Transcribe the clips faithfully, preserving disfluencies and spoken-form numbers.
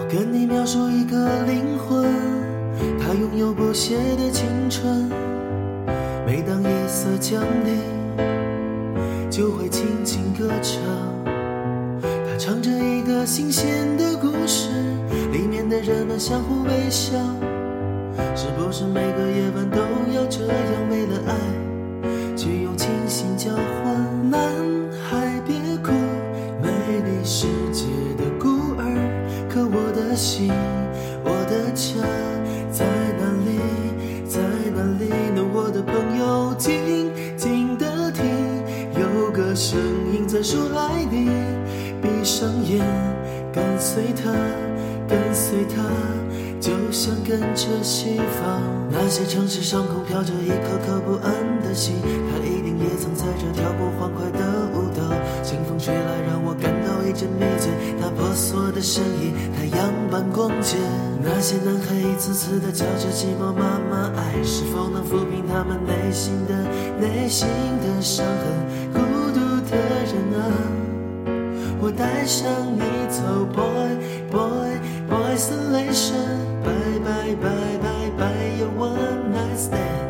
跟你描述一个灵魂，它拥有不懈的青春。每当夜色降临，就会轻轻歌唱。它唱着一个新鲜的故事，里面的人们相互微笑。是不是每个夜晚都要这样，为了爱去用清醒交换？男孩别哭，美丽世界的孤儿，可我的心，我的家在哪里，在哪里呢？我的朋友，静静地听，有个声音在说爱你。闭上眼，跟随它，跟随它，就像跟着西方。那些城市上空飘着一颗颗不安的心，它一定也曾在这跳过欢快的舞蹈。清风吹来，让我感到一阵迷醉，它婆娑的身影，太阳般光洁。那些男孩一次次地叫着寂寞妈妈爱，是否能抚平他们内心的内心的伤痕？孤独的人啊，我带上你走 Boy Boy Boy Isolation， Bye Bye Bye Bye Bye Your One Night Stand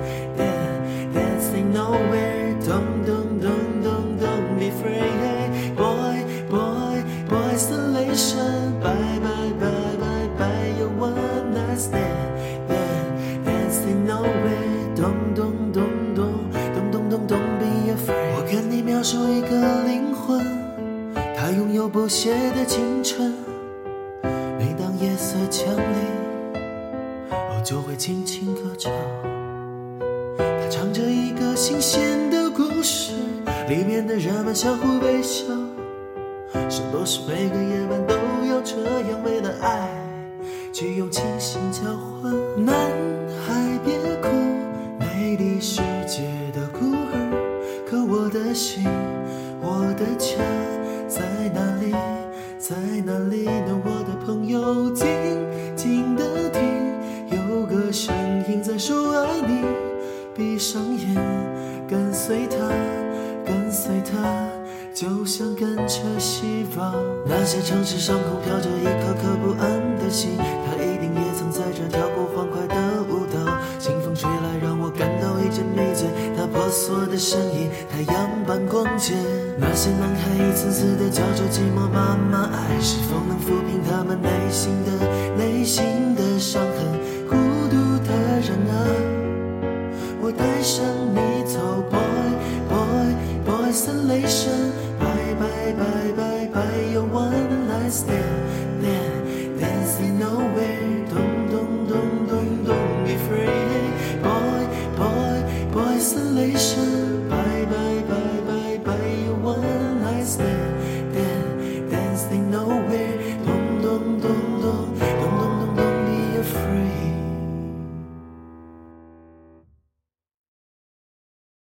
Then Dancing Nowhere Don't Don't Don't Don't Don't Be Afraid Boy Boy Boy Isolation Bye Bye Bye Bye Bye Your One Night Stand Then Dancing Nowhere Don't Don't Don't Don't Don't Don't Don't Don't Be Afraid。 我跟你描述一个灵魂，它拥有不懈的青春。每当夜色降临，我就会轻轻歌唱。它唱着一个新鲜的故事，里面的人们相互微笑。是不是每个夜晚都要这样，为了爱去用清醒交换？男孩别哭，美丽世界的孤儿，可我的心，我的家在哪里，在哪里呢？我的朋友，静静地听，有个声音在说爱你。闭上眼，跟随它，跟随它，就像跟着西方。那些城市上空飘着一颗颗不安的心，它一定也曾在这跳过欢快的舞蹈。清风吹来，让我感到一阵迷醉，它婆娑的身影，太阳般光洁。那些男孩一次次地叫着寂寞妈妈爱，是否能抚平他们内心的内心的伤痕？孤独的人啊，我带上你走 Boy Boy Boy Isolation Bye Bye Bye Bye Bye Your One Night Stand Then Dancing Nowhere Don't Don't Don't Don't Don't Be Afraid Boy Boy Boy Isolation Bye Bye Bye Bye Bye Your One Night Stand Then